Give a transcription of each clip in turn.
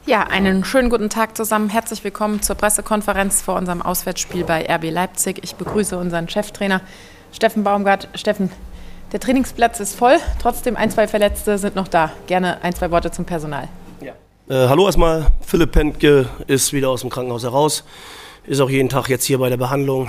Ja, einen schönen guten Tag zusammen. Herzlich willkommen zur Pressekonferenz vor unserem Auswärtsspiel bei RB Leipzig. Ich begrüße unseren Cheftrainer Steffen Baumgart. Steffen, der Trainingsplatz ist voll, trotzdem 1-2 Verletzte sind noch da. Gerne 1-2 Worte zum Personal. Ja. Hallo erstmal, Philipp Pentke ist wieder aus dem Krankenhaus heraus, ist auch jeden Tag jetzt hier bei der Behandlung.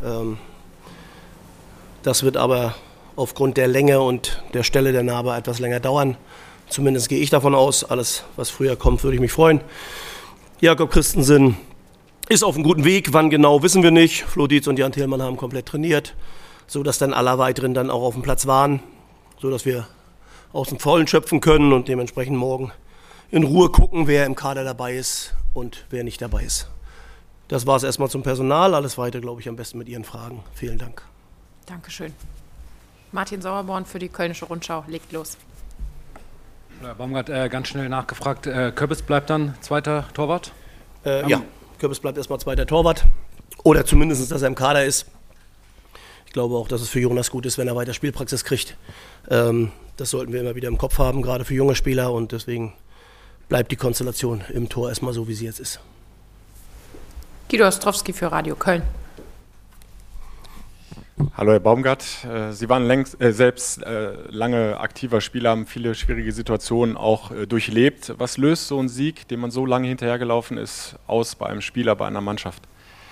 Das wird aber aufgrund der Länge und der Stelle der Narbe etwas länger dauern. Zumindest gehe ich davon aus. Alles, was früher kommt, würde ich mich freuen. Jakob Christensen ist auf einem guten Weg. Wann genau, wissen wir nicht. Flo Dietz und Jan Thielmann haben komplett trainiert, sodass dann alle weiteren dann auch auf dem Platz waren, sodass wir aus dem Vollen schöpfen können und dementsprechend morgen in Ruhe gucken, wer im Kader dabei ist und wer nicht dabei ist. Das war es erstmal zum Personal. Alles weiter, glaube ich, am besten mit Ihren Fragen. Vielen Dank. Dankeschön. Martin Sauerborn für die Kölnische Rundschau legt los. Herr Baumgart, ganz schnell nachgefragt, Köppes bleibt dann zweiter Torwart? Ja, Köppes bleibt erstmal zweiter Torwart. Oder zumindest, dass er im Kader ist. Ich glaube auch, dass es für Jonas gut ist, wenn er weiter Spielpraxis kriegt. Das sollten wir immer wieder im Kopf haben, gerade für junge Spieler. Und deswegen bleibt die Konstellation im Tor erstmal so, wie sie jetzt ist. Guido Ostrowski für Radio Köln. Hallo Herr Baumgart, Sie waren selbst lange aktiver Spieler, haben viele schwierige Situationen auch durchlebt. Was löst so ein Sieg, den man so lange hinterhergelaufen ist, aus bei einem Spieler, bei einer Mannschaft?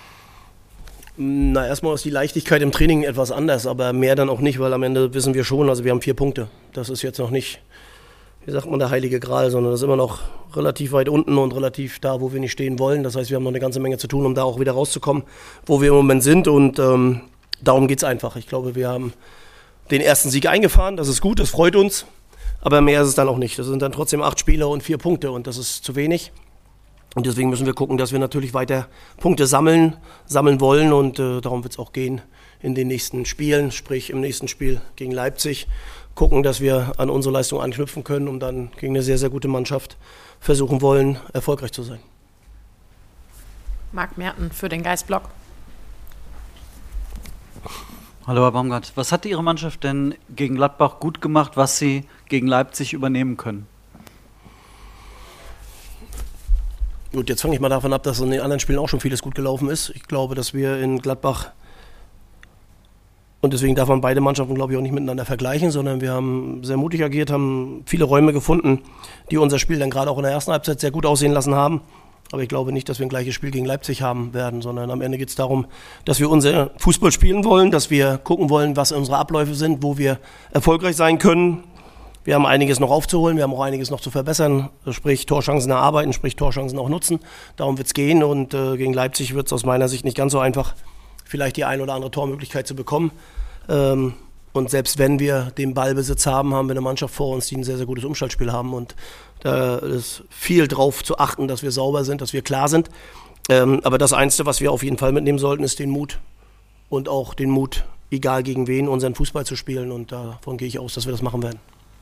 Na, erstmal ist die Leichtigkeit im Training etwas anders, aber mehr dann auch nicht, weil am Ende wissen wir schon, also wir haben 4 Punkte. Das ist jetzt noch nicht, wie sagt man, der heilige Gral, sondern das ist immer noch relativ weit unten und relativ da, wo wir nicht stehen wollen. Das heißt, wir haben noch eine ganze Menge zu tun, um da auch wieder rauszukommen, wo wir im Moment sind und darum geht es einfach. Ich glaube, wir haben den ersten Sieg eingefahren, das ist gut, das freut uns, aber mehr ist es dann auch nicht. Das sind dann trotzdem 8 Spieler und 4 Punkte und das ist zu wenig. Und deswegen müssen wir gucken, dass wir natürlich weiter Punkte sammeln wollen und darum wird es auch gehen in den nächsten Spielen, sprich im nächsten Spiel gegen Leipzig. Gucken, dass wir an unsere Leistung anknüpfen können, um dann gegen eine sehr, sehr gute Mannschaft versuchen wollen, erfolgreich zu sein. Marc Merten für den Geistblock. Hallo Herr Baumgart, was hat Ihre Mannschaft denn gegen Gladbach gut gemacht, was Sie gegen Leipzig übernehmen können? Gut, jetzt fange ich mal davon ab, dass in den anderen Spielen auch schon vieles gut gelaufen ist. Ich glaube, dass wir in Gladbach, und deswegen darf man beide Mannschaften, glaube ich, auch nicht miteinander vergleichen, sondern wir haben sehr mutig agiert, haben viele Räume gefunden, die unser Spiel dann gerade auch in der ersten Halbzeit sehr gut aussehen lassen haben. Aber ich glaube nicht, dass wir ein gleiches Spiel gegen Leipzig haben werden, sondern am Ende geht es darum, dass wir unser Fußball spielen wollen, dass wir gucken wollen, was unsere Abläufe sind, wo wir erfolgreich sein können. Wir haben einiges noch aufzuholen, wir haben auch einiges noch zu verbessern, sprich Torchancen erarbeiten, sprich Torchancen auch nutzen. Darum wird es gehen und gegen Leipzig wird es aus meiner Sicht nicht ganz so einfach, vielleicht die ein oder andere Tormöglichkeit zu bekommen. Und selbst wenn wir den Ballbesitz haben, haben wir eine Mannschaft vor uns, die ein sehr, sehr gutes Umschaltspiel haben. Und da ist viel drauf zu achten, dass wir sauber sind, dass wir klar sind. Aber das Einzige, was wir auf jeden Fall mitnehmen sollten, ist den Mut. Und auch den Mut, egal gegen wen, unseren Fußball zu spielen. Und davon gehe ich aus, dass wir das machen werden.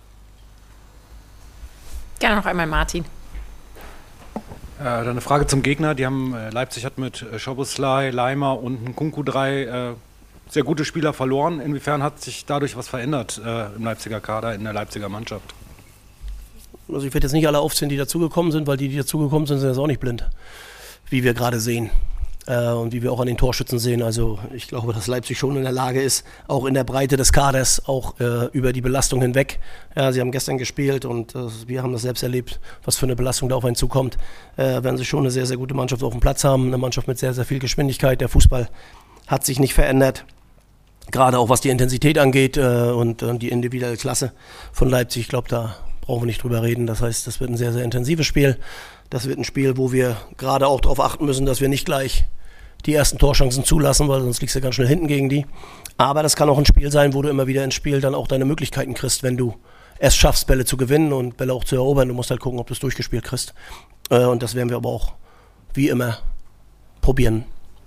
Gerne noch einmal Martin. Dann eine Frage zum Gegner. Leipzig hat mit Szoboszlai, Leimer und Nkunku 3 sehr gute Spieler verloren. Inwiefern hat sich dadurch was verändert im Leipziger Kader, in der Leipziger Mannschaft? Also ich werde jetzt nicht alle aufzählen, die dazugekommen sind, weil die dazugekommen sind, sind jetzt auch nicht blind, wie wir gerade sehen und wie wir auch an den Torschützen sehen. Also ich glaube, dass Leipzig schon in der Lage ist, auch in der Breite des Kaders, auch über die Belastung hinweg. Ja, sie haben gestern gespielt und wir haben das selbst erlebt, was für eine Belastung da auf einen zukommt. Werden sie schon eine sehr, sehr gute Mannschaft auf dem Platz haben, eine Mannschaft mit sehr, sehr viel Geschwindigkeit. Der Fußball hat sich nicht verändert. Gerade auch was die Intensität angeht und die individuelle Klasse von Leipzig, ich glaube, da brauchen wir nicht drüber reden. Das heißt, das wird ein sehr, sehr intensives Spiel. Das wird ein Spiel, wo wir gerade auch darauf achten müssen, dass wir nicht gleich die ersten Torchancen zulassen, weil sonst liegst du ganz schnell hinten gegen die. Aber das kann auch ein Spiel sein, wo du immer wieder ins Spiel dann auch deine Möglichkeiten kriegst, wenn du es schaffst, Bälle zu gewinnen und Bälle auch zu erobern. Du musst halt gucken, ob du es durchgespielt kriegst. Und das werden wir aber auch, wie immer, probieren.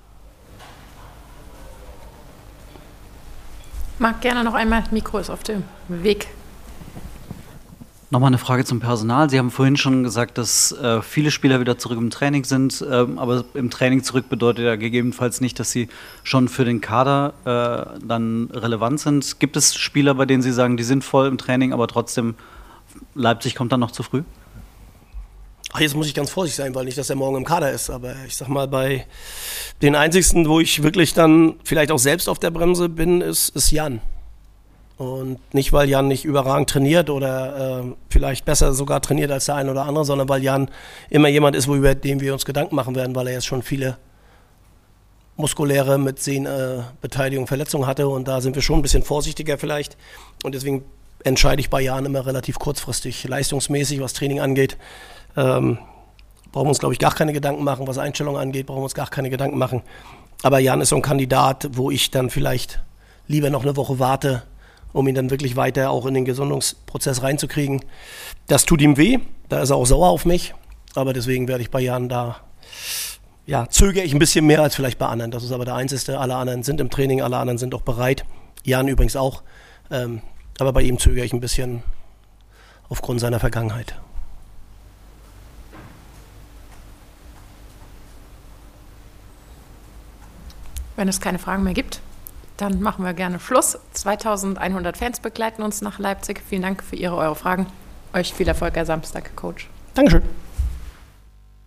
Marc, gerne noch einmal. Mikro ist auf dem Weg. Nochmal eine Frage zum Personal. Sie haben vorhin schon gesagt, dass viele Spieler wieder zurück im Training sind, aber im Training zurück bedeutet ja gegebenenfalls nicht, dass sie schon für den Kader dann relevant sind. Gibt es Spieler, bei denen Sie sagen, die sind voll im Training, aber trotzdem Leipzig kommt dann noch zu früh? Jetzt muss ich ganz vorsichtig sein, weil nicht, dass er morgen im Kader ist. Aber ich sag mal, bei den einzigsten, wo ich wirklich dann vielleicht auch selbst auf der Bremse bin, ist Jan. Und nicht, weil Jan nicht überragend trainiert oder vielleicht besser sogar trainiert als der eine oder andere, sondern weil Jan immer jemand ist, über den wir uns Gedanken machen werden, weil er jetzt schon viele muskuläre mit Sehnenbeteiligung, Verletzungen hatte. Und da sind wir schon ein bisschen vorsichtiger vielleicht. Und deswegen entscheide ich bei Jan immer relativ kurzfristig, leistungsmäßig, was Training angeht. Brauchen wir uns, glaube ich, gar keine Gedanken machen. Was Einstellung angeht, brauchen wir uns gar keine Gedanken machen. Aber Jan ist so ein Kandidat, wo ich dann vielleicht lieber noch eine Woche warte, um ihn dann wirklich weiter auch in den Gesundungsprozess reinzukriegen. Das tut ihm weh, da ist er auch sauer auf mich. Aber deswegen werde ich bei Jan zögere ich ein bisschen mehr als vielleicht bei anderen. Das ist aber der Einzige. Alle anderen sind im Training, alle anderen sind auch bereit. Jan übrigens auch. Aber bei ihm zögere ich ein bisschen aufgrund seiner Vergangenheit. Wenn es keine Fragen mehr gibt, dann machen wir gerne Schluss. 2100 Fans begleiten uns nach Leipzig. Vielen Dank für eure Fragen. Euch viel Erfolg am Samstag, Coach. Dankeschön.